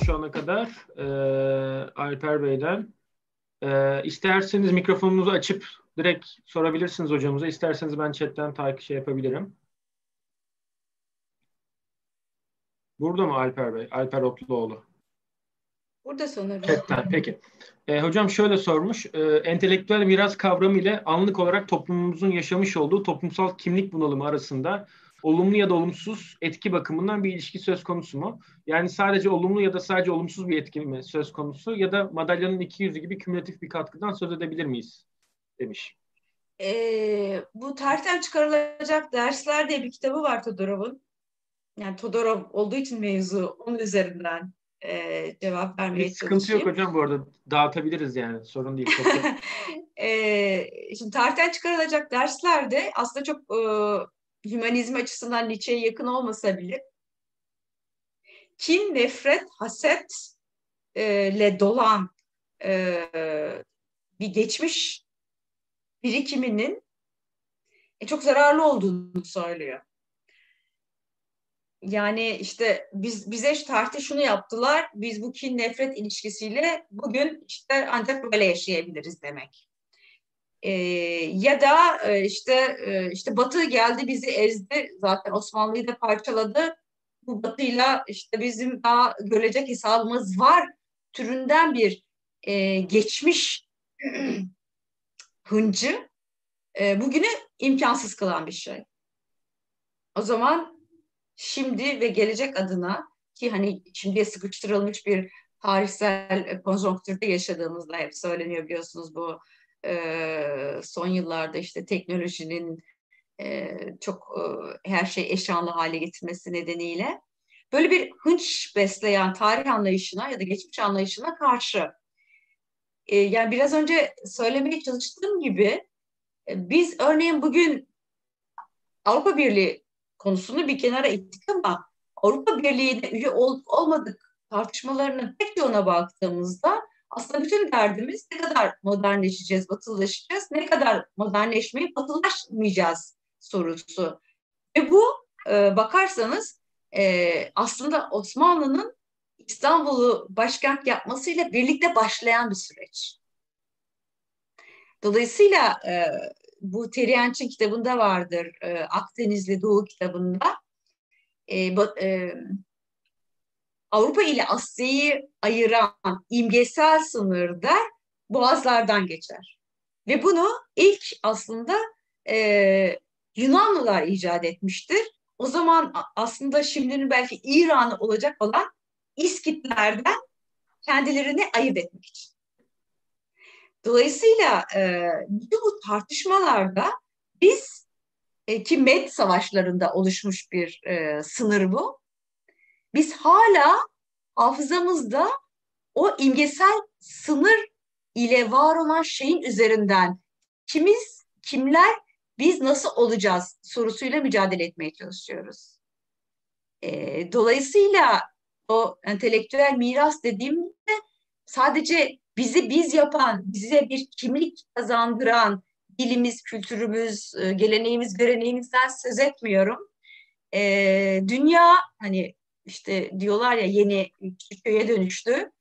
şu ana kadar Alper Bey'den. İsterseniz mikrofonunuzu açıp direkt sorabilirsiniz hocamıza. İsterseniz ben chatten takip yapabilirim. Burada mı Alper Bey? Alper Otluoğlu. Burada sanırım. Chatten, peki. Hocam şöyle sormuş. Entelektüel miras kavramı ile anlık olarak toplumumuzun yaşamış olduğu toplumsal kimlik bunalımı arasında olumlu ya da olumsuz etki bakımından bir ilişki söz konusu mu? Yani sadece olumlu ya da sadece olumsuz bir etki mi söz konusu ya da madalyanın iki yüzü gibi kümülatif bir katkıdan söz edebilir miyiz? Demiş. Bu tarihten çıkarılacak dersler diye bir kitabı var Todorov'un. Yani Todorov olduğu için mevzu onun üzerinden cevap vermeye Hiç sıkıntı yok çalışayım. hocam bu arada. Dağıtabiliriz yani. Sorun değil. Çok Şimdi tarihten çıkarılacak derslerde aslında çok hümanizm açısından Nietzsche'ye yakın olmasa bile kin, nefret, haset ile dolan bir geçmiş birikiminin çok zararlı olduğunu söylüyor. Yani işte bize şu tarihte şunu yaptılar, biz bu kin nefret ilişkisiyle bugün işte ancak böyle yaşayabiliriz demek. Ya da işte Batı geldi bizi ezdi, zaten Osmanlı'yı da parçaladı. Bu Batı'yla işte bizim daha görecek hesabımız var türünden bir geçmiş hıncı bugünü imkansız kılan bir şey. O zaman şimdi ve gelecek adına, ki hani şimdiye sıkıştırılmış bir tarihsel konjonktürde yaşadığımızda hep söyleniyor biliyorsunuz, bu son yıllarda işte teknolojinin çok her şey eşanlı hale getirmesi nedeniyle böyle bir hınç besleyen tarih anlayışına ya da geçmiş anlayışına karşı yani biraz önce söylemeye çalıştığım gibi biz örneğin bugün Avrupa Birliği konusunu bir kenara ittik ama Avrupa Birliği'ne üye olmadık tartışmalarının tek yoluna baktığımızda aslında bütün derdimiz ne kadar modernleşeceğiz, batılılaşacağız, ne kadar modernleşmeyip batılaşmayacağız sorusu. Ve bu bakarsanız aslında Osmanlı'nın İstanbul'u başkent yapmasıyla birlikte başlayan bir süreç. Dolayısıyla bu Teriyenç'in kitabında vardır, Akdenizli Doğu kitabında. Avrupa ile Asya'yı ayıran imgesel sınırda boğazlardan geçer. Ve bunu ilk aslında Yunanlılar icat etmiştir. O zaman aslında şimdinin belki İran'ı olacak olan İskitlerden kendilerini ayırt etmek için. Dolayısıyla bütün bu tartışmalarda biz ki Med savaşlarında oluşmuş bir sınır bu. Biz hala hafızamızda o imgesel sınır ile var olan şeyin üzerinden kimler, biz nasıl olacağız sorusuyla mücadele etmeye çalışıyoruz. Dolayısıyla o entelektüel miras dediğimde sadece bizi biz yapan, bize bir kimlik kazandıran dilimiz, kültürümüz, geleneğimiz, göreneğimizden söz etmiyorum. Dünya hani işte diyorlar ya yeni köye dönüştü.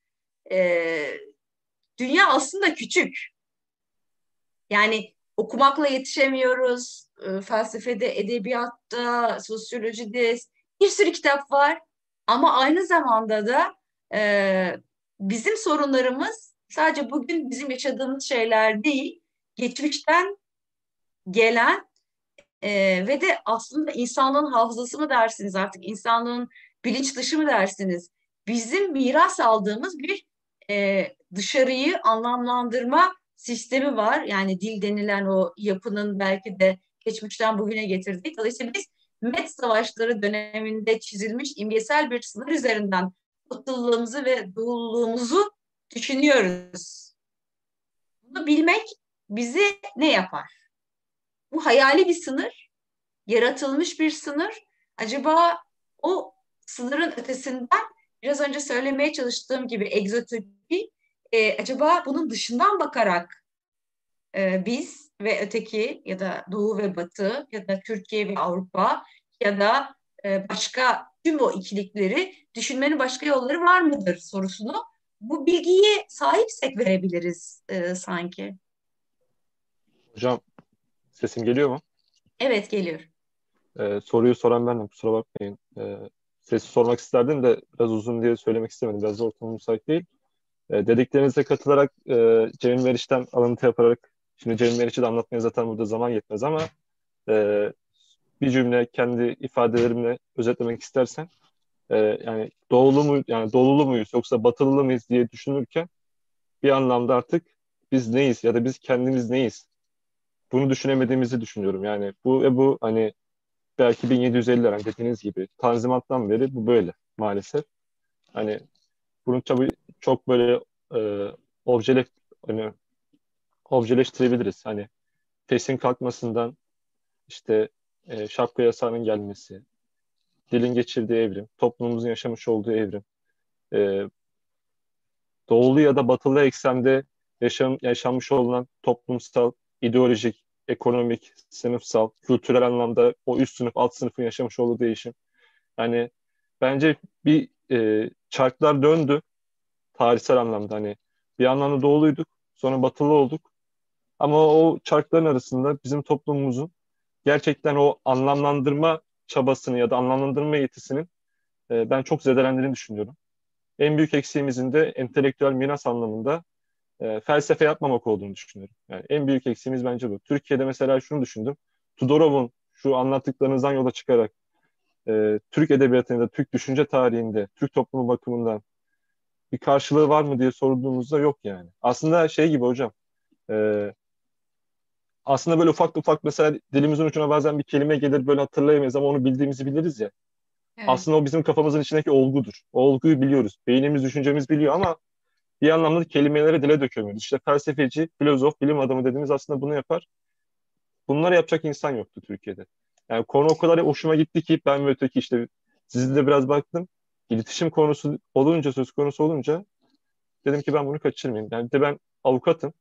Dünya aslında küçük. Yani okumakla yetişemiyoruz. Felsefede, edebiyatta, sosyolojide bir sürü kitap var. Ama aynı zamanda da bizim sorunlarımız sadece bugün bizim yaşadığımız şeyler değil, geçmişten gelen ve de aslında insanlığın hafızası mı dersiniz, artık insanlığın bilinç dışı mı dersiniz? Bizim miras aldığımız bir dışarıyı anlamlandırma sistemi var. Yani dil denilen o yapının belki de geçmişten bugüne getirdik. Dolayısıyla biz Med Savaşları döneminde çizilmiş imgesel bir sınır üzerinden batılılığımızı ve doğulluğumuzu düşünüyoruz. Bunu bilmek bizi ne yapar? Bu hayali bir sınır, yaratılmış bir sınır. Acaba o sınırın ötesinden biraz önce söylemeye çalıştığım gibi egzotopi, acaba bunun dışından bakarak biz ve öteki ya da Doğu ve Batı ya da Türkiye ve Avrupa ya da başka tüm o ikilikleri düşünmenin başka yolları var mıdır sorusunu bu bilgiye sahipsek verebiliriz sanki. Hocam sesim geliyor mu? Evet, geliyor. Soruyu soran bendim, kusura bakmayın. Sesi sormak isterdim de biraz uzun diye söylemek istemedim. Biraz da ortamım müsait değil. Dediklerinize katılarak Cemil Meriç'ten alıntı yaparak, şimdi Cemil Meriç'i de anlatmaya zaten burada zaman yetmez ama e, bir cümle kendi ifadelerimle özetlemek istersen, yani doğulu mu, yani doğulu muyuz yoksa batılı mıyız diye düşünürken bir anlamda artık biz neyiz ya da biz kendimiz neyiz? Bunu düşünemediğimizi düşünüyorum. Yani bu hani belki 1750'ler hani dediğiniz gibi Tanzimat'tan beri bu böyle maalesef. Hani bunu tabii çok böyle e, objele hani objeleştirebiliriz. Hani FES'in kalkmasından işte şapka yasağının gelmesi, dilin geçirdiği evrim, toplumumuzun yaşamış olduğu evrim, e, doğulu ya da batılı eksende yaşanmış olan toplumsal, ideolojik, ekonomik, sınıfsal, kültürel anlamda o üst sınıf, alt sınıfın yaşamış olduğu değişim. Yani bence bir çarklar döndü tarihsel anlamda. Hani bir anlamda doğuluyduk, sonra batılı olduk. Ama o çarkların arasında bizim toplumumuzun gerçekten o anlamlandırma çabasını ya da anlamlandırma yetisinin ben çok zedelendiğini düşünüyorum. En büyük eksiğimizin de entelektüel miras anlamında felsefe yapmamak olduğunu düşünüyorum. Yani en büyük eksiğimiz bence bu. Türkiye'de mesela şunu düşündüm. Tudorov'un şu anlattıklarınızdan yola çıkarak Türk edebiyatında, Türk düşünce tarihinde, Türk toplumu bakımından bir karşılığı var mı diye sorduğumuzda yok yani. Aslında şey gibi hocam, e, aslında böyle ufak ufak mesela dilimizin ucuna bazen bir kelime gelir böyle hatırlayamayız ama onu bildiğimizi biliriz ya. Evet. Aslında o bizim kafamızın içindeki olgudur. O olguyu biliyoruz. Beynimiz, düşüncemiz biliyor ama bir anlamda kelimeleri dile dökemiyoruz. İşte felsefeci, filozof, bilim adamı dediğimiz aslında bunu yapar. Bunları yapacak insan yoktu Türkiye'de. Yani konu o kadar hoşuma gitti ki ben ve öteki işte sizin de biraz baktım. İletişim konusu olunca, söz konusu olunca dedim ki ben bunu kaçırmayayım. Yani bir de ben avukatım.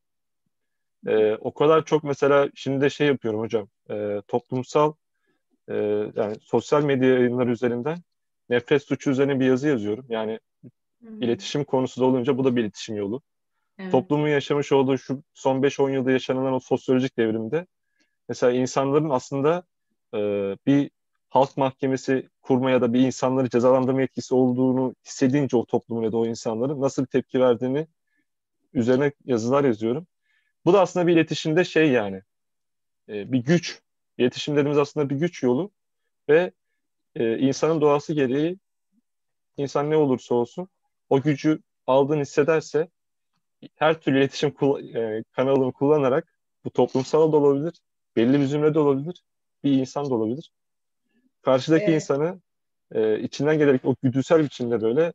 O kadar çok mesela şimdi de şey yapıyorum hocam. Toplumsal e, yani sosyal medya yayınları üzerinden nefret suçu üzerine bir yazı yazıyorum. Yani Hmm. iletişim konusu da olunca bu da bir iletişim yolu. Evet. Toplumun yaşamış olduğu şu son 5-10 yılda yaşanılan o sosyolojik devrimde mesela insanların aslında bir halk mahkemesi kurma ya da bir insanları cezalandırma yetkisi olduğunu hissedince o toplumun ya da o insanların nasıl bir tepki verdiğini üzerine yazılar yazıyorum. Bu da aslında bir iletişimde şey yani bir güç. İletişim dediğimiz aslında bir güç yolu ve insanın doğası gereği insan ne olursa olsun o gücü aldığını hissederse her türlü iletişim kanalını kullanarak bu toplumsal da olabilir, belli bir zümrede olabilir, bir insan da olabilir. Karşıdaki Evet. insanı içinden gelerek o güdüsel biçimde böyle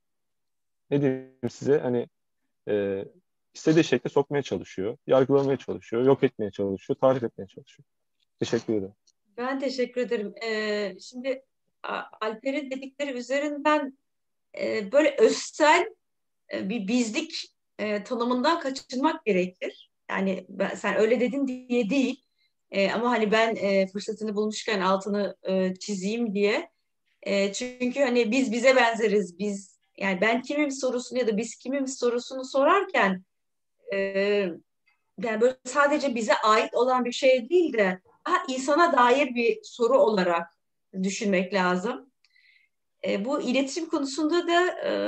ne diyeyim size hani e, istediği şekle sokmaya çalışıyor, yargılamaya çalışıyor, yok etmeye çalışıyor, tarif etmeye çalışıyor. Teşekkür ederim. Ben teşekkür ederim. Şimdi Alper'in dedikleri üzerinden böyle özsel bir bizlik tanımından kaçınmak gerekir. Yani sen öyle dedin diye değil. Ama hani ben fırsatını bulmuşken altını çizeyim diye. Çünkü hani biz bize benzeriz. Biz yani ben kimim sorusunu ya da biz kimim sorusunu sorarken e, yani böyle sadece bize ait olan bir şey değil de daha insana dair bir soru olarak düşünmek lazım. Bu iletişim konusunda da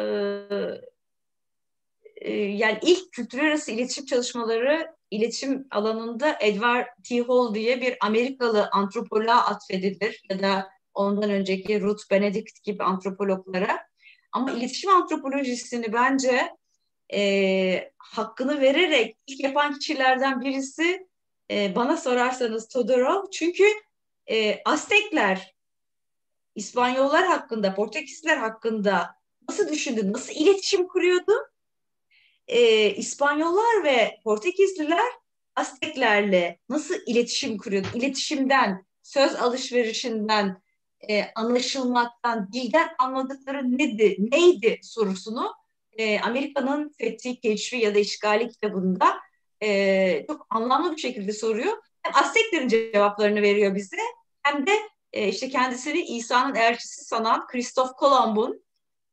yani ilk kültürel arası iletişim çalışmaları iletişim alanında Edward T. Hall diye bir Amerikalı antropoloğa atfedilir ya da ondan önceki Ruth Benedict gibi antropologlara. Ama iletişim antropolojisini bence hakkını vererek ilk yapan kişilerden birisi bana sorarsanız Todorov. Çünkü Aztekler, İspanyollar hakkında, Portekizliler hakkında nasıl düşündü, nasıl iletişim kuruyordu? İspanyollar ve Portekizliler Azteklerle nasıl iletişim kuruyordu? İletişimden, söz alışverişinden, anlaşılmaktan, dilden anladıkları neydi sorusunu Amerika'nın Fethi, Keşfi ya da İşgali kitabında çok anlamlı bir şekilde soruyor. Hem Azteklerin cevaplarını veriyor bize hem de işte kendisini İsa'nın elçisi sanan Christoph Kolomb'un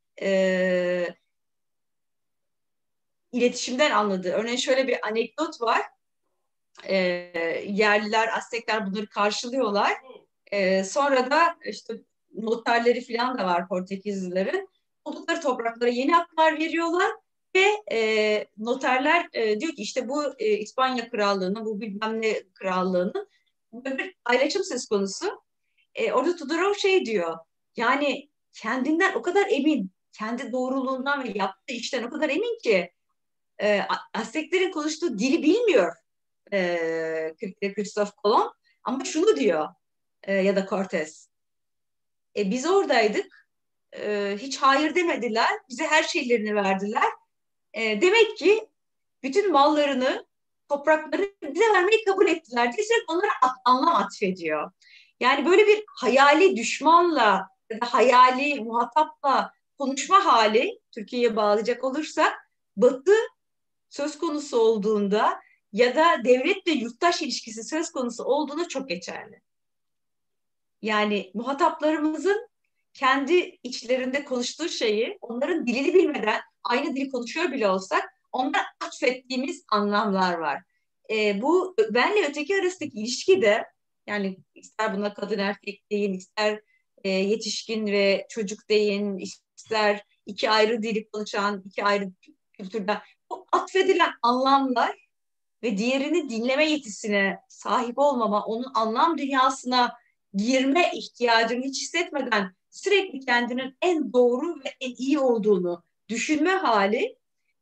iletişimden anladığı. Örneğin şöyle bir anekdot var. Yerliler, Aztekler bunları karşılıyorlar. Sonra da işte noterleri falan da var Portekizlilerin. Oldukları topraklara yeni haklar veriyorlar ve noterler diyor ki işte bu İspanya Krallığı'nın, bu bilmem ne krallığının böyle bir paylaşım söz konusu. Orada Tudorov şey diyor, yani kendinden o kadar emin, kendi doğruluğundan ve yaptığı işten o kadar emin ki Azteklerin konuştuğu dili bilmiyor Christoph Kolomb, ama şunu diyor ya da Cortez. Biz oradaydık. Hiç hayır demediler. Bize her şeylerini verdiler. Demek ki bütün mallarını, topraklarını bize vermeyi kabul ettiler diye sürekli onlara anlam atfediyor. Yani böyle bir hayali düşmanla ya da hayali muhatapla konuşma hali, Türkiye'ye bağlayacak olursak, Batı söz konusu olduğunda ya da devlet ve yurttaş ilişkisi söz konusu olduğunda çok geçerli. Yani muhataplarımızın kendi içlerinde konuştuğu şeyi, onların dilini bilmeden aynı dili konuşuyor bile olsak onlara atfettiğimiz anlamlar var. Bu benle öteki arasındaki ilişki de, yani ister buna kadın erkek deyin, ister yetişkin ve çocuk deyin, ister iki ayrı dili konuşan, iki ayrı kültürden, bu atfedilen anlamlar ve diğerini dinleme yetisine sahip olmama, onun anlam dünyasına girme ihtiyacını hiç hissetmeden sürekli kendinin en doğru ve en iyi olduğunu düşünme hali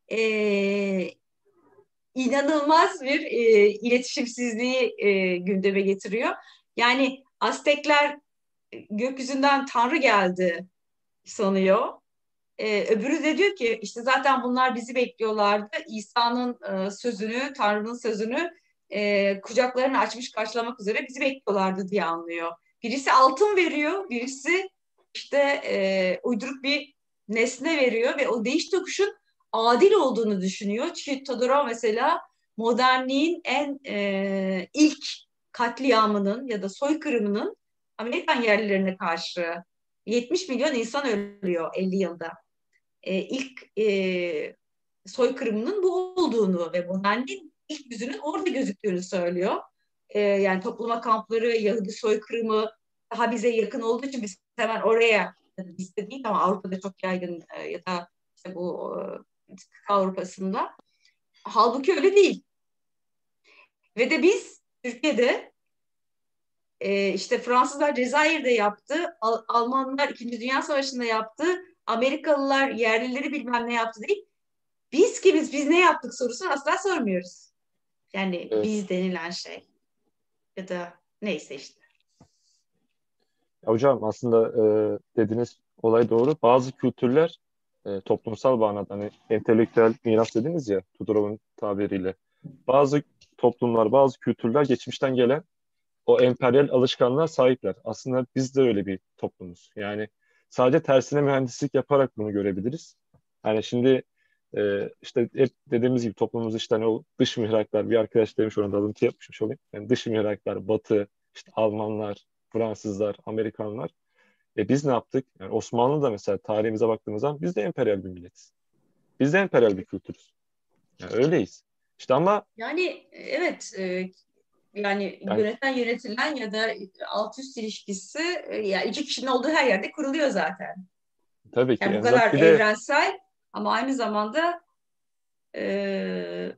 inanılmaz bir iletişimsizliği gündeme getiriyor. Yani Aztekler gökyüzünden Tanrı geldi sanıyor. Öbürü de diyor ki işte zaten bunlar bizi bekliyorlardı. İsa'nın sözünü, Tanrı'nın sözünü kucaklarını açmış karşılamak üzere bizi bekliyorlardı diye anlıyor. Birisi altın veriyor, birisi işte uyduruk bir nesne veriyor ve o değiş tokuşun adil olduğunu düşünüyor. Çünkü Todorov mesela modernliğin en ilk katliamının ya da soykırımının Amerikan yerlilerine karşı 70 milyon insan ölüyor 50 yılda. İlk soykırımının bu olduğunu ve modernliğin ilk yüzünün orada gözüktüğünü söylüyor. Yani toplama kampları, Yahudi soykırımı daha bize yakın olduğu için biz hemen oraya, bizde değil ama Avrupa'da çok yaygın ya da işte bu kıta Avrupa'sında. Halbuki öyle değil. Ve de biz Türkiye'de işte Fransızlar Cezayir'de yaptı, Almanlar İkinci Dünya Savaşı'nda yaptı, Amerikalılar yerlileri bilmem ne yaptı değil. Biz kimiz, biz ne yaptık sorusunu asla sormuyoruz. Yani Evet. biz denilen şey ya da neyse işte. Hocam aslında dediğiniz olay doğru. Bazı kültürler toplumsal manada hani entelektüel miras dediniz ya Tudorov'un tabiriyle. Bazı toplumlar, bazı kültürler geçmişten gelen o emperyal alışkanlığa sahipler. Aslında biz de öyle bir toplumuz. Yani sadece tersine mühendislik yaparak bunu görebiliriz. Yani şimdi işte hep dediğimiz gibi toplumumuz işte hani o dış mihraklar, bir arkadaş demiş ona da alıntı yapmış olayım. Yani dış mihraklar, Batı, işte Almanlar, Fransızlar, Amerikanlar. Biz ne yaptık? Yani Osmanlı da mesela tarihimize baktığımız zaman biz de emperyal bir milletiz. Biz de emperyal bir kültürüz. Yani öyleyiz. İşte ama Yani evet, yani yöneten yönetilen ya da alt üst ilişkisi yani iki kişinin olduğu her yerde kuruluyor zaten. tabii ki. Yani bu Yani kadar bir de evrensel ama aynı zamanda e,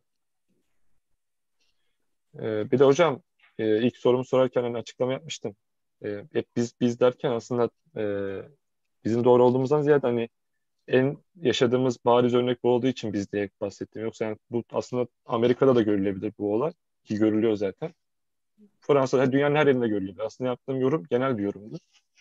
hocam ilk sorumu sorarken hani açıklama yapmıştım. Hep biz derken aslında bizim doğru olduğumuzdan ziyade hani en yaşadığımız bariz örnek bu olduğu için biz diye bahsettim. Yoksa yani bu aslında Amerika'da da görülebilir bu olay ki görülüyor zaten. Fransa'da dünyanın her yerinde görülüyor. Aslında yaptığım yorum genel bir yorumdu.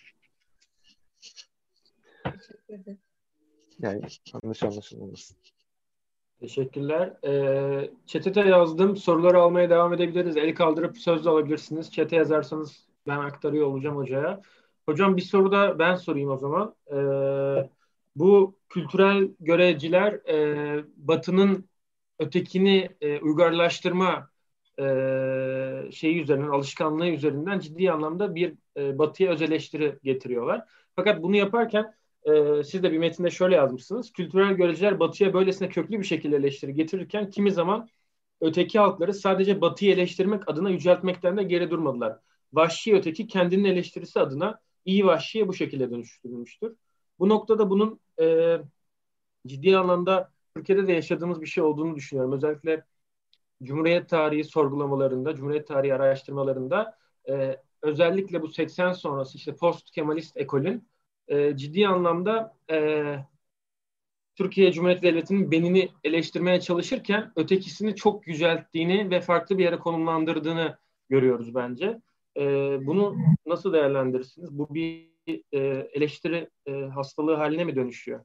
Yani yanlış anlaşılmasın. Teşekkürler. Chat'e yazdım. Soruları almaya devam edebiliriz. El kaldırıp söz de alabilirsiniz. Chat'e yazarsanız ben aktarıyor olacağım hocaya. Hocam bir soru da ben sorayım o zaman. Bu kültürel görevciler Batı'nın ötekini uygarlaştırma şeyi üzerinden, alışkanlığı üzerinden ciddi anlamda bir Batı'ya öz eleştiri getiriyorlar. Fakat bunu yaparken siz de bir metinde şöyle yazmışsınız. Kültürel göreciler Batı'ya böylesine köklü bir şekilde eleştiri getirirken kimi zaman öteki halkları sadece Batı'yı eleştirmek adına yüceltmekten de geri durmadılar. Vahşi öteki kendinin eleştirisi adına iyi vahşiye bu şekilde dönüştürülmüştür. Bu noktada bunun ciddi anlamda Türkiye'de de yaşadığımız bir şey olduğunu düşünüyorum. Özellikle Cumhuriyet tarihi sorgulamalarında, Cumhuriyet tarihi araştırmalarında özellikle bu 80 sonrası işte post Kemalist ekolün ciddi anlamda Türkiye Cumhuriyeti Devleti'nin benini eleştirmeye çalışırken ötekisini çok yücelttiğini ve farklı bir yere konumlandırdığını görüyoruz bence. Bunu nasıl değerlendirirsiniz? Bu bir eleştiri hastalığı haline mi dönüşüyor?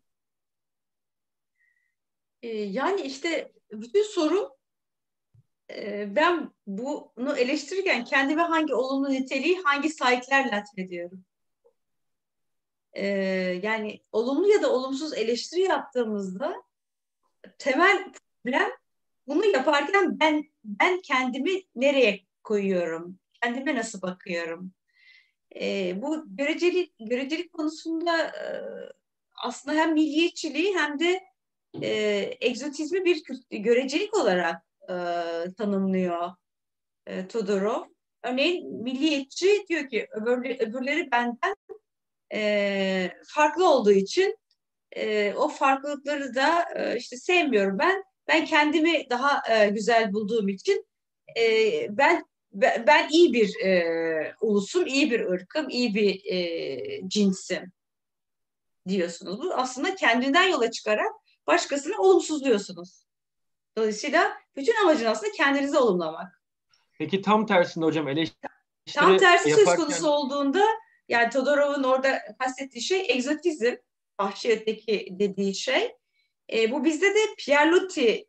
Yani işte bütün soru ben bunu eleştirirken kendime hangi olumlu niteliği hangi sahiplerle atfediyorum? Yani olumlu ya da olumsuz eleştiri yaptığımızda temel problem bunu yaparken ben kendimi nereye koyuyorum? Kendime nasıl bakıyorum? Bu görecelik konusunda aslında hem milliyetçiliği hem de egzotizmi bir görecelik olarak tanımlıyor Todorov. Örneğin milliyetçi diyor ki öbürleri benden farklı olduğu için o farklılıkları da işte sevmiyorum ben. Ben kendimi daha güzel bulduğum için ben iyi bir ulusum, iyi bir ırkım, iyi bir cinsim diyorsunuz. Bu aslında kendinden yola çıkarak başkasını olumsuzluyorsunuz. Dolayısıyla bütün amacın aslında kendinizi olumlamak. Peki tam tersinde hocam Tam eleştiri tersi söz yaparken konusu olduğunda yani Todorov'un orada kastettiği şey egzotizm, vahşi öteki dediği şey. Bu bizde de Pierre Loti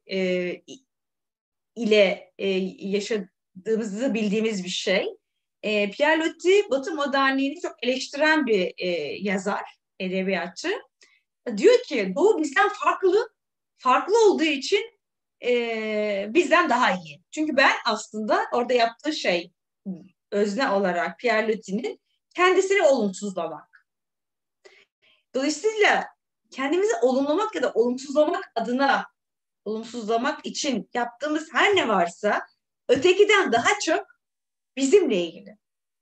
ile yaşadığımızı bildiğimiz bir şey. Pierre Loti Batı modernliğini çok eleştiren bir yazar, edebiyatçı. Diyor ki Doğu bizden farklı olduğu için bizden daha iyi. Çünkü ben aslında orada yaptığı şey özne olarak Pierre Loti'nin kendisini olumsuzlamak. Dolayısıyla kendimizi olumlamak ya da olumsuzlamak için yaptığımız her ne varsa ötekiden daha çok bizimle ilgili.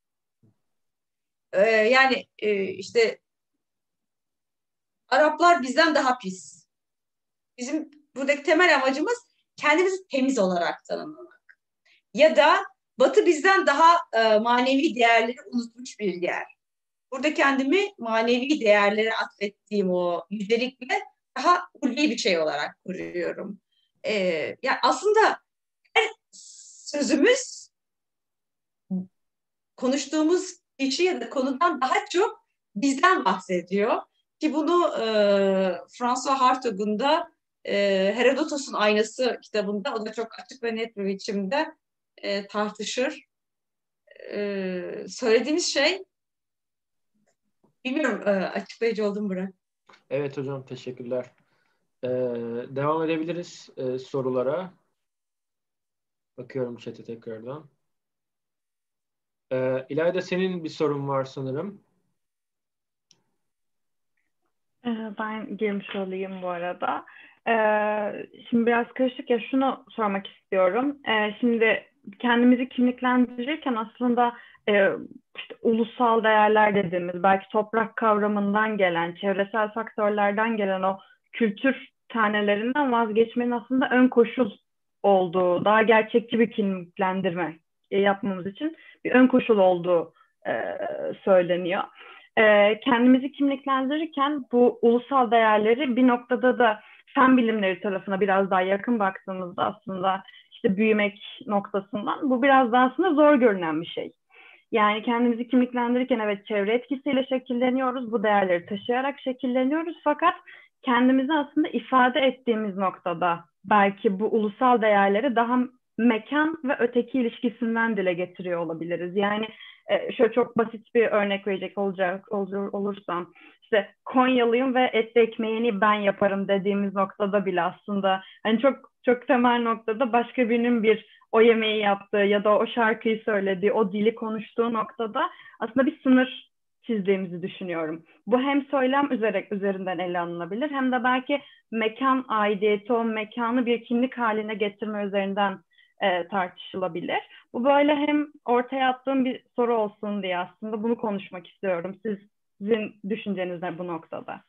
Yani işte Araplar bizden daha pis. Bizim buradaki temel amacımız kendimizi temiz olarak tanımlamak. Ya da Batı bizden daha manevi değerleri unutmuş bir yer. Burada kendimi manevi değerlere atfettiğim o yücelikle daha ulvi bir şey olarak kuruyorum. Yani aslında her sözümüz konuştuğumuz kişi ya da konudan daha çok bizden bahsediyor. Ki bunu François Hartog'un da Herodotos'un Aynası kitabında o da çok açık ve net bir biçimde tartışır. Söylediğimiz şey bilmiyorum açıklayıcı oldum Burak. evet hocam teşekkürler. Devam edebiliriz sorulara. Bakıyorum chat'e tekrardan. İlayda senin bir sorun var sanırım. Ben girmiş olayım bu arada. Şimdi biraz karışık ya şunu sormak istiyorum. Şimdi kendimizi kimliklendirirken aslında işte ulusal değerler dediğimiz belki toprak kavramından gelen, çevresel faktörlerden gelen o kültür tanelerinden vazgeçmenin aslında ön koşul olduğu, daha gerçekçi bir kimliklendirme yapmamız için bir ön koşul olduğu söyleniyor. Kendimizi kimliklendirirken bu ulusal değerleri bir noktada da fen bilimleri tarafına biraz daha yakın baktığımızda aslında işte büyümek noktasından bu biraz daha aslında zor görünen bir şey. Yani kendimizi kimliklendirirken evet çevre etkisiyle şekilleniyoruz, bu değerleri taşıyarak şekilleniyoruz fakat kendimizi aslında ifade ettiğimiz noktada belki bu ulusal değerleri daha mekan ve öteki ilişkisinden dile getiriyor olabiliriz. Yani şöyle çok basit bir örnek verecek olursam işte Konyalıyım ve etli ekmeğini ben yaparım dediğimiz noktada bile aslında hani çok çok temel noktada başka birinin bir o yemeği yaptığı ya da o şarkıyı söylediği, o dili konuştuğu noktada aslında bir sınır çizdiğimizi düşünüyorum. Bu hem söylem üzerinden ele alınabilir hem de belki mekan aidiyeti, o mekanı bir kimlik haline getirme üzerinden tartışılabilir. Bu böyle hem ortaya attığım bir soru olsun diye aslında bunu konuşmak istiyorum. Sizin düşünceniz ne bu noktada?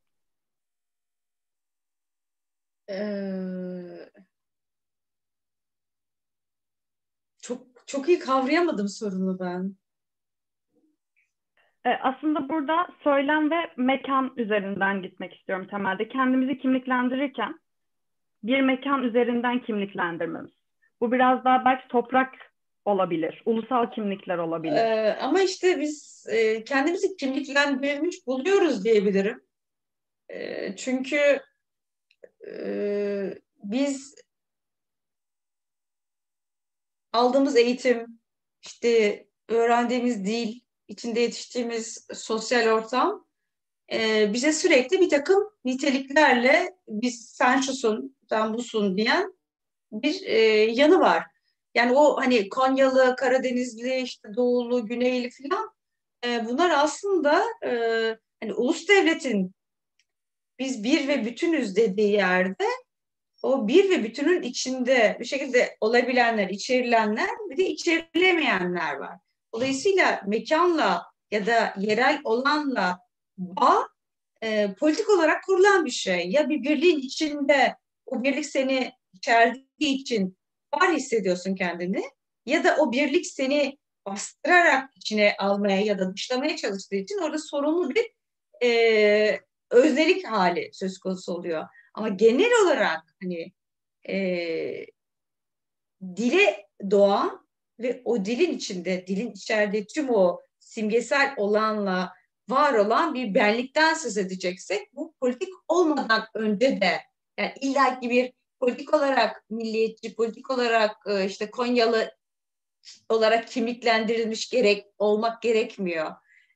Çok iyi kavrayamadım sorunu ben. Aslında burada söylem ve mekan üzerinden gitmek istiyorum temelde. Kendimizi kimliklendirirken bir mekan üzerinden kimliklendirmemiz. Bu biraz daha belki toprak olabilir, ulusal kimlikler olabilir. Ama işte biz kendimizi kimliklendirilmiş buluyoruz diyebilirim. Çünkü biz aldığımız eğitim, işte öğrendiğimiz dil, içinde yetiştiğimiz sosyal ortam bize sürekli bir takım niteliklerle biz sen şusun, sen busun diyen bir yanı var. Yani o hani Konyalı, Karadenizli, işte Doğulu, Güneyli falan bunlar aslında hani ulus devletin biz bir ve bütünüz dediği yerde o bir ve bütünün içinde bir şekilde olabilenler, içerilenler, bir de içerilemeyenler var. Dolayısıyla mekanla ya da yerel olanla bağ politik olarak kurulan bir şey. Ya bir birliğin içinde o birlik seni içerdiği için var hissediyorsun kendini ya da o birlik seni bastırarak içine almaya ya da dışlamaya çalıştığı için orada sorunlu bir öznelik hali söz konusu oluyor. Ama genel olarak hani dile doğan ve o dilin içinde, dilin içerdiği tüm o simgesel olanla var olan bir benlikten söz edeceksek bu politik olmadan önce de yani illaki bir politik olarak milliyetçi, politik olarak işte Konyalı olarak kimliklendirilmiş olmak gerekmiyor.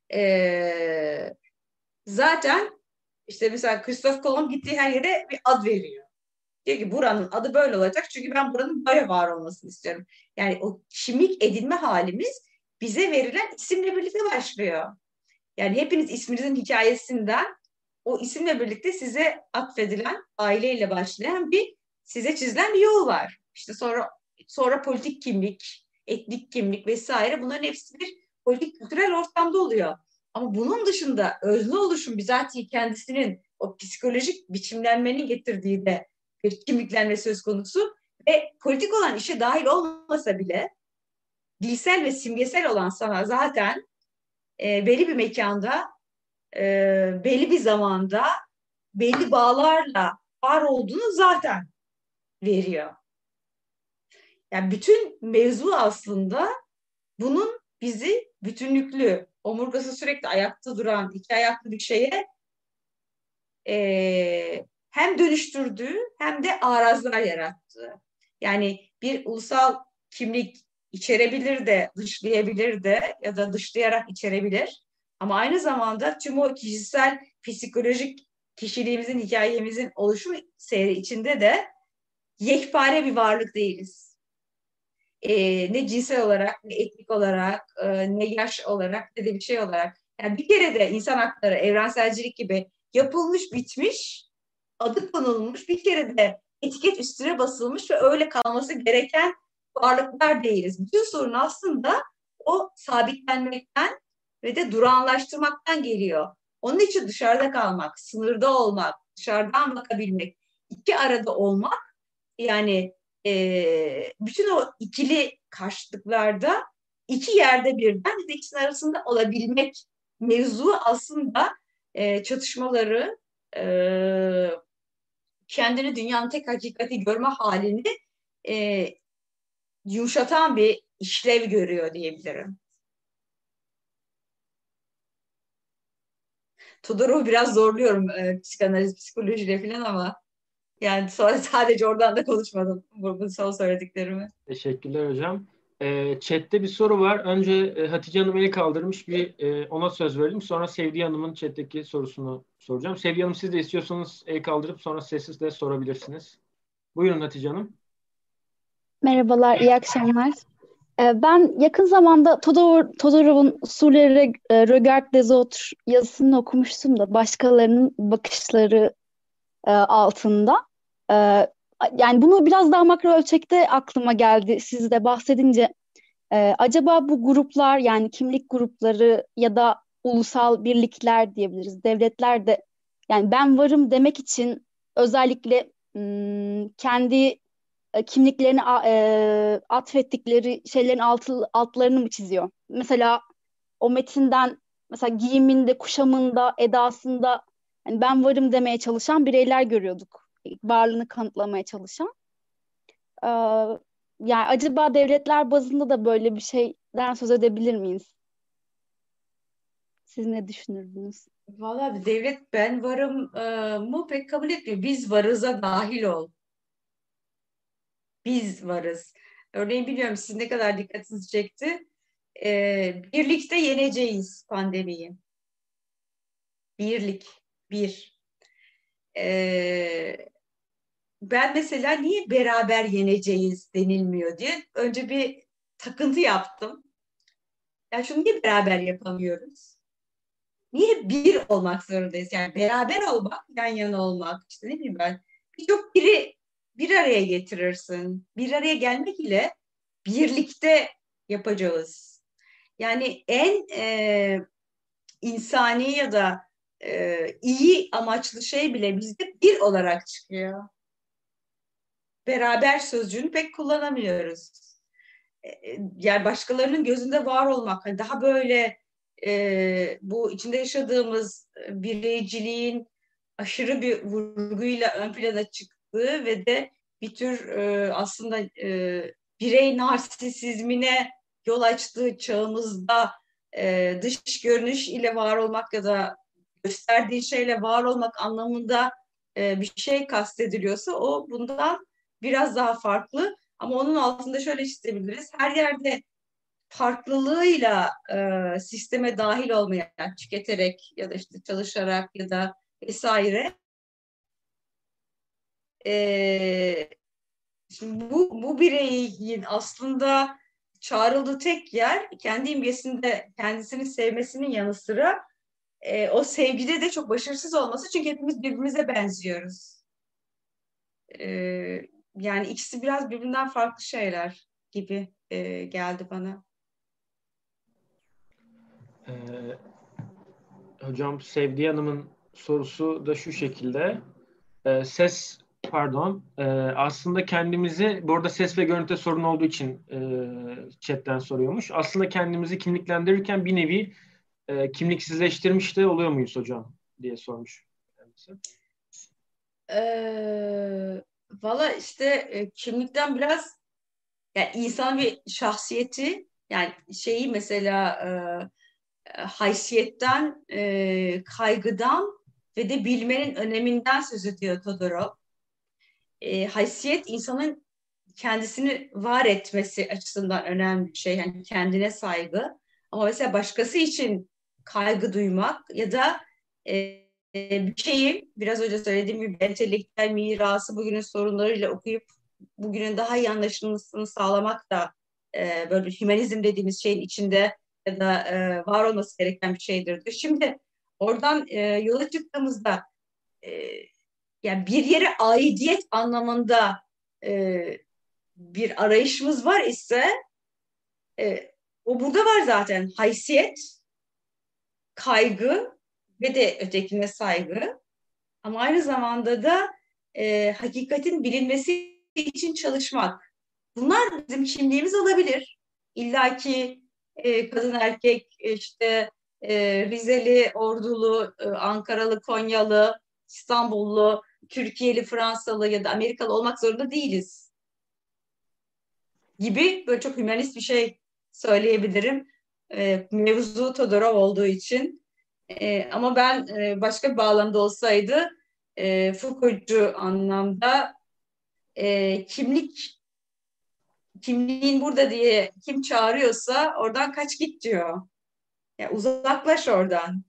Zaten işte mesela Christoph Kolomb gittiği her yere bir ad veriyor. Diyor ki buranın adı böyle olacak çünkü ben buranın böyle var olmasını istiyorum. Yani o kimlik edinme halimiz bize verilen isimle birlikte başlıyor. Yani hepiniz isminizin hikayesinden o isimle birlikte size atfedilen, aileyle başlayan bir size çizilen bir yol var. İşte sonra politik kimlik, etnik kimlik vesaire bunların hepsi bir politik kültürel ortamda oluyor. Ama bunun dışında özne oluşum bizatihi kendisinin o psikolojik biçimlenmenin getirdiği de bir kimliklenme söz konusu ve politik olan işe dahil olmasa bile dilsel ve simgesel olan sana zaten belli bir mekanda, belli bir zamanda, belli bağlarla var olduğunu zaten veriyor. Yani bütün mevzu aslında bunun bizi bütünlüklü, omurgası sürekli ayakta duran iki ayaklı bir şeye hem dönüştürdüğü hem de arazlar yarattığı. Yani bir ulusal kimlik içerebilir de, dışlayabilir de ya da dışlayarak içerebilir. Ama aynı zamanda tüm o kişisel, psikolojik kişiliğimizin, hikayemizin oluşum seyri içinde de yekpare bir varlık değiliz. Ne cinsel olarak, ne etnik olarak, ne yaş olarak, ne de bir şey olarak. Yani bir kere de insan hakları, evrenselcilik gibi yapılmış, bitmiş, adı konulmuş, bir kere de etiket üstüne basılmış ve öyle kalması gereken varlıklar değiliz. Bütün sorun aslında o sabitlenmekten ve de durağanlaştırmaktan geliyor. Onun için dışarıda kalmak, sınırda olmak, dışarıdan bakabilmek, iki arada olmak yani bütün o ikili karşıtlıklarda iki yerde birden ve ikisinin arasında olabilmek mevzu aslında çatışmaları kendini dünyanın tek hakikati görme halini yumuşatan bir işlev görüyor diyebilirim. Todorow'u biraz zorluyorum psikanaliz, psikolojiyle falan ama yani sonra sadece oradan da konuşmadım bu son söylediklerimi. Teşekkürler hocam. Chat'te bir soru var. Önce Hatice Hanım eli kaldırmış. Ona söz verelim. Sonra Sevdiye Hanım'ın chat'teki sorusunu soracağım. Sevdiye Hanım siz de istiyorsanız el kaldırıp sonra sessiz de sorabilirsiniz. Buyurun Hatice Hanım. Merhabalar, iyi akşamlar. Ben yakın zamanda Todorov'un Sur les regards des autres yazısını okumuştum da başkalarının bakışları altında. E, Yani bunu biraz daha makro ölçekte aklıma geldi siz de bahsedince. Acaba bu gruplar yani kimlik grupları ya da ulusal birlikler diyebiliriz, devletler de yani ben varım demek için özellikle kendi kimliklerini atfettikleri şeylerin altlarını mı çiziyor? Mesela o metinden mesela giyiminde, kuşamında, edasında yani ben varım demeye çalışan bireyler görüyorduk. Varlığını kanıtlamaya çalışan. Ee, Yani acaba devletler bazında da böyle bir şeyden söz edebilir miyiz? Siz ne düşünürdünüz? Vallahi devlet ben varım mı pek kabul etmiyor. Biz varıza dahil ol. Biz varız. Örneğin biliyorum siz ne kadar dikkatinizi çekti. Birlikte yeneceğiz pandemiyi. Birlik, bir. Ben mesela niye beraber yeneceğiz denilmiyor diye önce bir takıntı yaptım. Yani şunu niye beraber yapamıyoruz? Niye bir olmak zorundayız? Yani beraber olmak, yan yana olmak, işte ne bileyim ben. Birçok biri bir araya getirirsin. Bir araya gelmek ile birlikte yapacağız. Yani en insani ya da iyi amaçlı şey bile bizde bir olarak çıkıyor. Beraber sözcüğünü pek kullanamıyoruz. Yani başkalarının gözünde var olmak, hani daha böyle bu içinde yaşadığımız bireyciliğin aşırı bir vurguyla ön plana çıktığı ve de bir tür aslında birey narsisizmine yol açtığı çağımızda dış görünüş ile var olmak ya da gösterdiği şeyle var olmak anlamında bir şey kastediliyorsa o bundan biraz daha farklı. Ama onun altında şöyle çizebiliriz. Her yerde farklılığıyla sisteme dahil olmaya, tüketerek ya da işte çalışarak ya da vesaire. Şimdi bu bireyin aslında çağrıldığı tek yer kendi imgesinde kendisini sevmesinin yanı sıra o sevgide de çok başarısız olması, çünkü hepimiz birbirimize benziyoruz. Yani ikisi biraz birbirinden farklı şeyler gibi geldi bana. Ee, Hocam Sevdiye Hanım'ın sorusu da şu şekilde. Aslında kendimizi, bu arada ses ve görüntü sorun olduğu için chatten soruyormuş. Aslında kendimizi kimliklendirirken bir nevi kimliksizleştirmiş de oluyor muyuz hocam diye sormuş kendisi. Valla işte kimlikten biraz yani insan bir şahsiyeti, yani şeyi mesela haysiyetten, kaygıdan ve de bilmenin öneminden söz ediyor Todorov. Haysiyet insanın kendisini var etmesi açısından önemli bir şey. Yani kendine saygı. Ama mesela başkası için kaygı duymak ya da bir şeyi biraz önce söylediğim gibi entelektüel mirası bugünün sorunlarıyla okuyup bugünün daha iyi anlaşılmasını sağlamak da böyle hümanizm dediğimiz şeyin içinde ya da var olması gereken bir şeydir. Şimdi oradan yola çıktığımızda yani bir yere aidiyet anlamında bir arayışımız var ise o burada var zaten. Haysiyet, kaygı ve de ötekine saygı. Ama aynı zamanda da hakikatin bilinmesi için çalışmak. Bunlar bizim kimliğimiz olabilir. İlla ki kadın erkek işte Rizeli, Ordulu, Ankaralı, Konyalı, İstanbullu, Türkiye'li, Fransalı ya da Amerikalı olmak zorunda değiliz. Gibi böyle çok hümanist bir şey söyleyebilirim. Mevzu Todorov olduğu için. Ama ben başka bir bağlamda olsaydı Foucault'cu anlamda kimliğin burada diye kim çağırıyorsa oradan kaç git diyor. Yani uzaklaş oradan.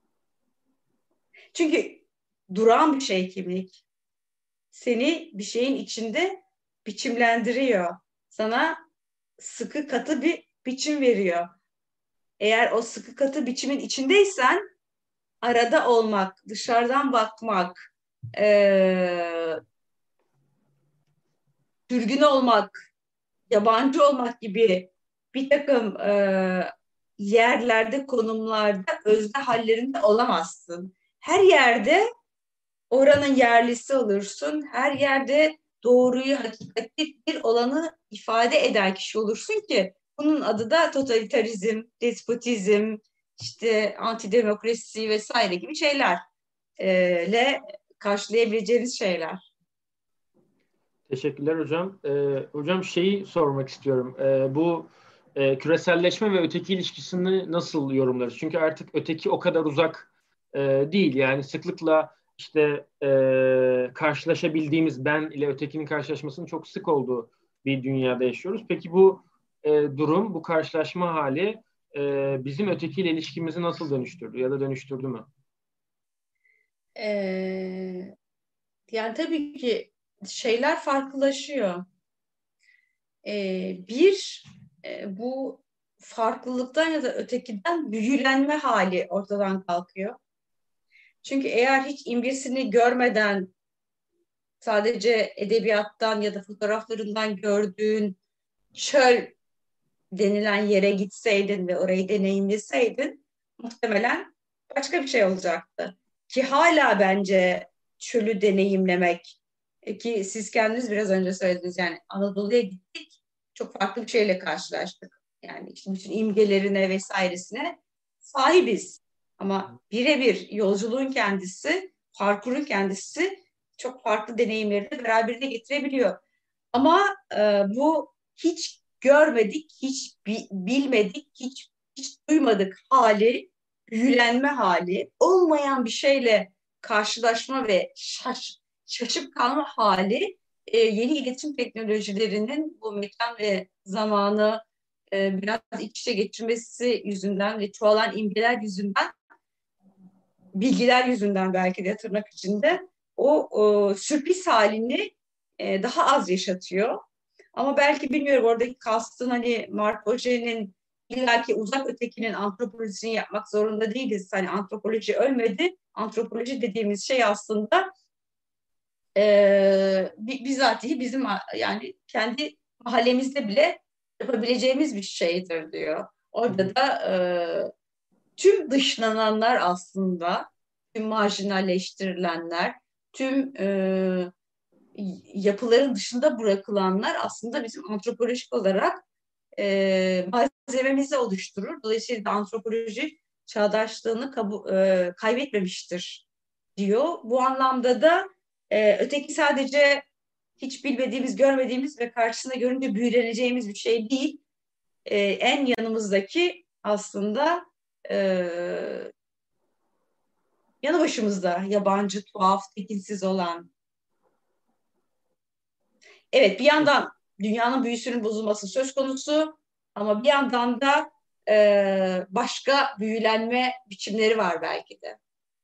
Çünkü duran bir şey kimlik. Seni bir şeyin içinde biçimlendiriyor. sana sıkı katı bir biçim veriyor. Eğer o sıkı katı biçimin içindeysen arada olmak, dışarıdan bakmak, sürgün olmak, yabancı olmak gibi bir takım yerlerde, konumlarda özne hallerinde olamazsın. Her yerde oranın yerlisi olursun. Her yerde doğruyu, hakikati bir olanı ifade eden kişi olursun ki bunun adı da totalitarizm, despotizm, işte antidemokrasi vesaire gibi şeylerle karşılayabileceğiniz şeyler. Teşekkürler hocam. Hocam şeyi sormak istiyorum. Bu küreselleşme ve öteki ilişkisini nasıl yorumlarız? Çünkü artık öteki o kadar uzak değil. Yani sıklıkla işte karşılaşabildiğimiz ben ile ötekinin karşılaşmasının çok sık olduğu bir dünyada yaşıyoruz. Peki bu durum, bu karşılaşma hali bizim ötekiyle ilişkimizi nasıl dönüştürdü ya da dönüştürdü mü? Yani tabii ki şeyler farklılaşıyor. Bir, bu farklılıktan ya da ötekiden büyülenme hali ortadan kalkıyor. Çünkü eğer hiç imgesini görmeden sadece edebiyattan ya da fotoğraflarından gördüğün çöl denilen yere gitseydin ve orayı deneyimleseydin muhtemelen başka bir şey olacaktı. Ki hala bence çölü deneyimlemek ki siz kendiniz biraz önce söylediniz yani Anadolu'ya gittik çok farklı bir şeyle karşılaştık. Yani işte bütün imgelerine vesairesine sahibiz. Ama birebir yolculuğun kendisi, parkurun kendisi çok farklı deneyimleri de beraberinde getirebiliyor. Ama bu hiç görmedik, hiç bilmedik, hiç duymadık hali, büyülenme hali, olmayan bir şeyle karşılaşma ve şaşıp kalma hali yeni iletişim teknolojilerinin bu mekan ve zamanı biraz iç içe geçirmesi yüzünden ve çoğalan imgeler yüzünden, bilgiler yüzünden belki de tırnak içinde o sürpriz halini daha az yaşatıyor. Ama belki bilmiyorum oradaki kastın hani Marc Augé'nin illaki uzak ötekinin antropolojisini yapmak zorunda değiliz. Hani antropoloji ölmedi. Antropoloji dediğimiz şey aslında bizatihi bizim yani kendi mahallemizde bile yapabileceğimiz bir şeydir diyor. Orada da tüm dışlananlar aslında, tüm marjinalleştirilenler, tüm yapıların dışında bırakılanlar aslında bizim antropolojik olarak malzememizi oluşturur. Dolayısıyla antropoloji çağdaşlığını kaybetmemiştir diyor. Bu anlamda da öteki sadece hiç bilmediğimiz, görmediğimiz ve karşısında görünce büyüleneceğimiz bir şey değil. En yanımızdaki aslında yanı başımızda yabancı, tuhaf, tekinsiz olan. Evet, bir yandan dünyanın büyüsünün bozulması söz konusu ama bir yandan da başka büyülenme biçimleri var belki de.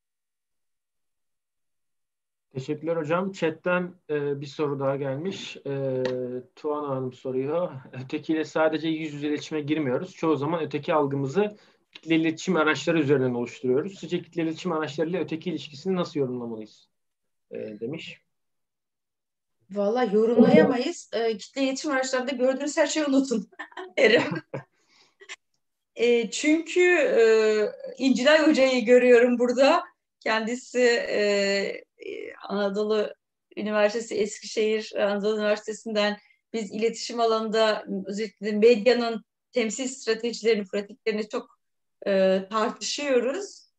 Teşekkürler hocam. Chat'ten bir soru daha gelmiş. Tuğan Hanım soruyor. Ötekiyle sadece yüz yüze iletişime girmiyoruz. Çoğu zaman öteki algımızı kitle iletişim araçları üzerinden oluşturuyoruz. Sizce kitle iletişim araçlarıyla öteki ilişkisini nasıl yorumlamalıyız? Demiş. Valla yorumlayamayız. Kitle iletişim araçlarında gördüğünüz her şeyi unutun derim. Çünkü İncilay Hoca'yı görüyorum burada. Kendisi Anadolu Üniversitesi Eskişehir Anadolu Üniversitesi'nden biz iletişim alanında özellikle medyanın temsil stratejilerini, pratiklerini çok tartışıyoruz.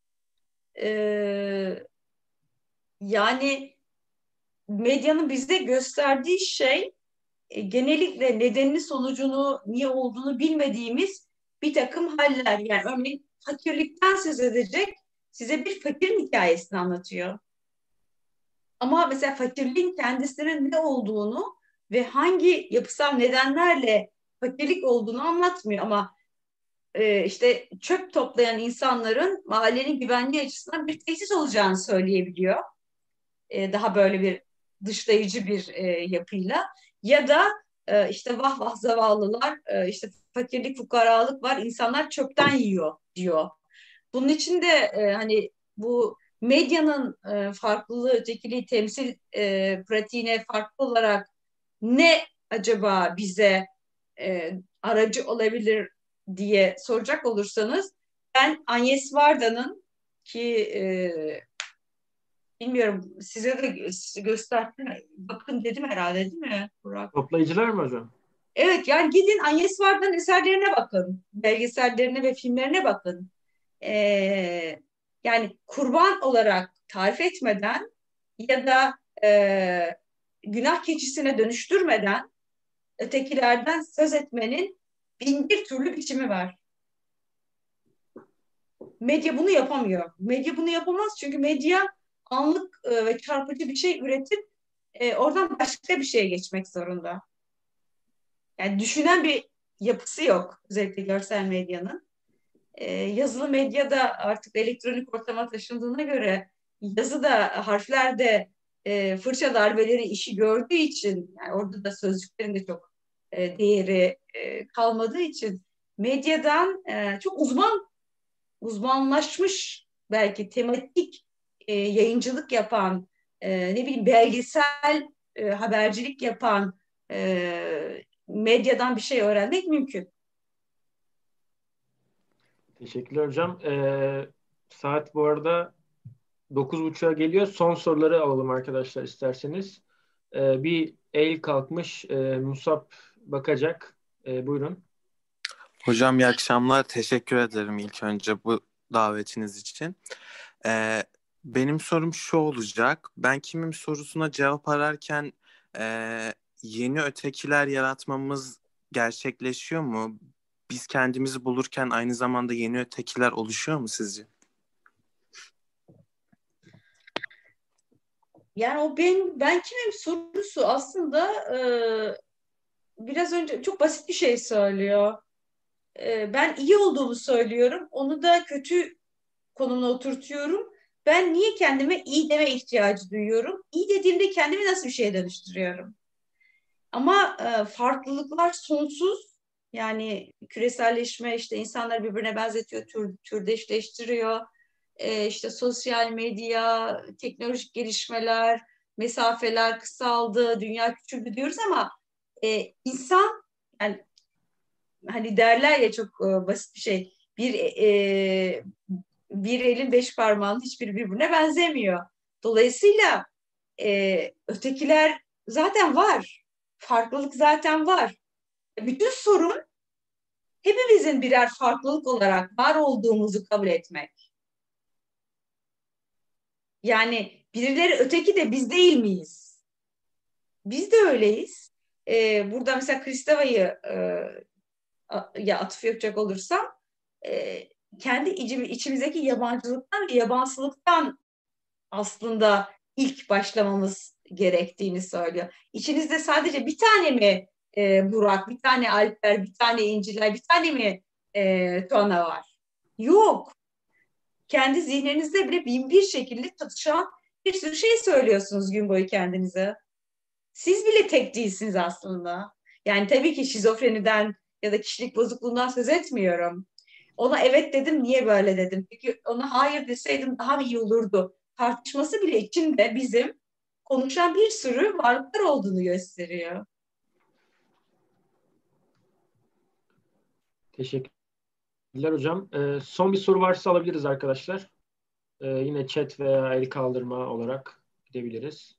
Yani medyanın bize gösterdiği şey genellikle nedenini, sonucunu, niye olduğunu bilmediğimiz bir takım haller. Yani örneğin fakirlikten söz edecek, size bir fakir hikayesini anlatıyor. Ama mesela fakirliğin kendisinin ne olduğunu ve hangi yapısal nedenlerle fakirlik olduğunu anlatmıyor. Ama işte çöp toplayan insanların mahallenin güvenliği açısından bir tesis olacağını söyleyebiliyor. Daha böyle bir dışlayıcı bir yapıyla. Ya da işte vah vah zavallılar, işte fakirlik, fukaralık var, insanlar çöpten yiyor diyor. Bunun için de hani bu medyanın farklılığı, ötekiliği temsil pratiğine farklı olarak ne acaba bize aracı olabilir diye soracak olursanız, ben Agnes Varda'nın ki bilmiyorum size de gösterdim, bakın dedim herhalde değil mi Burak? Toplayıcılar mı hocam? Evet, yani gidin Agnes Varda'nın eserlerine bakın, belgesellerine ve filmlerine bakın. Yani kurban olarak tarif etmeden ya da günah keçisine dönüştürmeden ötekilerden söz etmenin bin bir türlü biçimi var. Medya bunu yapamıyor. Medya bunu yapamaz çünkü medya anlık ve çarpıcı bir şey üretip oradan başka bir şeye geçmek zorunda. Yani düşünen bir yapısı yok özellikle görsel medyanın. Yazılı medyada artık elektronik ortama taşındığına göre yazı da harfler de fırça darbeleri işi gördüğü için, yani orada da sözcüklerin de çok değeri kalmadığı için medyadan çok uzmanlaşmış, belki tematik yayıncılık yapan, ne bileyim belgesel habercilik yapan medyadan bir şey öğrenmek mümkün. Teşekkürler hocam. Saat bu arada 9.30'a geliyor. Son soruları alalım arkadaşlar isterseniz. Bir el kalkmış. Musab bakacak. Buyurun. Hocam iyi akşamlar. Teşekkür ederim ilk önce bu davetiniz için. Benim sorum şu olacak. Ben kimim sorusuna cevap ararken yeni ötekiler yaratmamız gerçekleşiyor mu? Biz kendimizi bulurken aynı zamanda yeni ötekiler oluşuyor mu sizce? Yani o ben kimim sorusu aslında biraz önce çok basit bir şey söylüyor. Ben iyi olduğumu söylüyorum. Onu da kötü konumuna oturtuyorum. Ben niye kendime iyi deme ihtiyacı duyuyorum? İyi dediğimde kendimi nasıl bir şeye dönüştürüyorum? Ama farklılıklar sonsuz. Yani küreselleşme işte insanları birbirine benzetiyor, türdeşleştiriyor. İşte sosyal medya, teknolojik gelişmeler, mesafeler kısaldı, dünya küçüldü diyoruz ama insan, yani hani derler ya çok basit bir şey. Bir elin beş parmağının hiçbiri birbirine benzemiyor. Dolayısıyla ötekiler zaten var. Farklılık zaten var. Bütün sorun hepimizin birer farklılık olarak var olduğumuzu kabul etmek. Yani birileri öteki de biz değil miyiz? Biz de öyleyiz. Burada mesela Kristova'yı ya atıf yapacak olursam kendi içimizdeki yabancılıktan ve yabansılıktan aslında ilk başlamamız gerektiğini söylüyor. İçinizde sadece bir tane mi Burak, bir tane Alper, bir tane İncilay, bir tane mi Tuana var? Yok. Kendi zihninizde bile bin bir şekilde çatışan bir sürü şey söylüyorsunuz gün boyu kendinize. Siz bile tek değilsiniz aslında. Yani tabii ki şizofreniden ya da kişilik bozukluğundan söz etmiyorum. Ona evet dedim, niye böyle dedim? Peki ona hayır deseydim daha mı iyi olurdu? Tartışması bile içinde bizim konuşan bir sürü varlıklar olduğunu gösteriyor. Teşekkürler hocam. Son bir soru varsa alabiliriz arkadaşlar. Yine chat veya el kaldırma olarak gidebiliriz.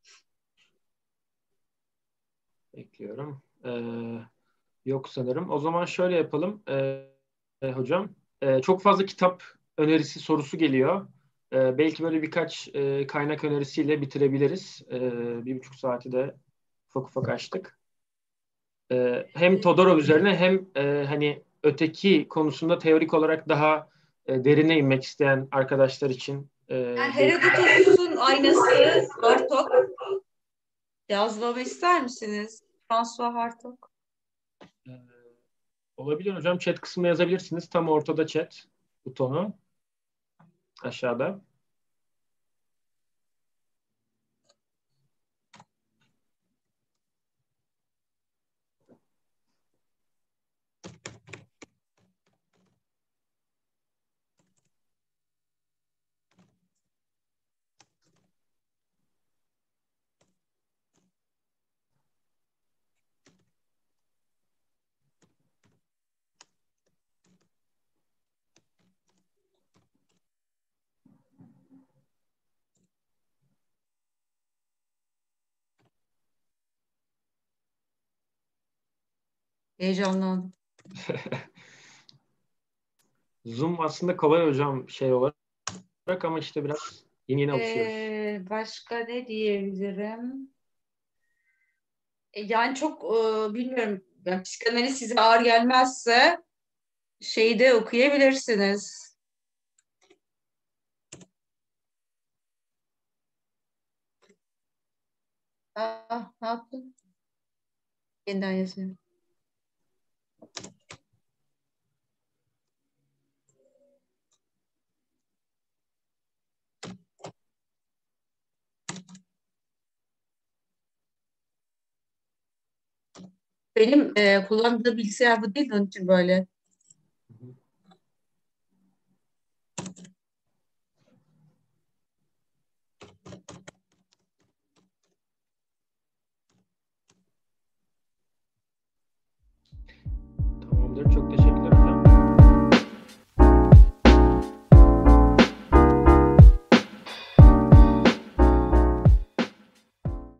Bekliyorum. Yok sanırım. O zaman şöyle yapalım hocam. Çok fazla kitap önerisi sorusu geliyor. Belki böyle birkaç kaynak önerisiyle bitirebiliriz. 1,5 saati de ufak ufak açtık. Hem Todorov üzerine hem hani öteki konusunda teorik olarak daha derine inmek isteyen arkadaşlar için. Yani Herodotos'un aynası Hartog. Yazmamı ister misiniz? François Hartog. Olabilir hocam. Chat kısmına yazabilirsiniz. Tam ortada chat butonu. Aşağıda. Heyecanlandım. Zoom aslında kolay hocam şey olarak ama işte biraz yeni alışıyoruz. Başka ne diyebilirim? Yani çok bilmiyorum. Yani psikanaliz size ağır gelmezse şeyi de okuyabilirsiniz. Ne yaptın? Yeniden yazıyorum. Benim kullandığım bilgisayar bu değil, onun için böyle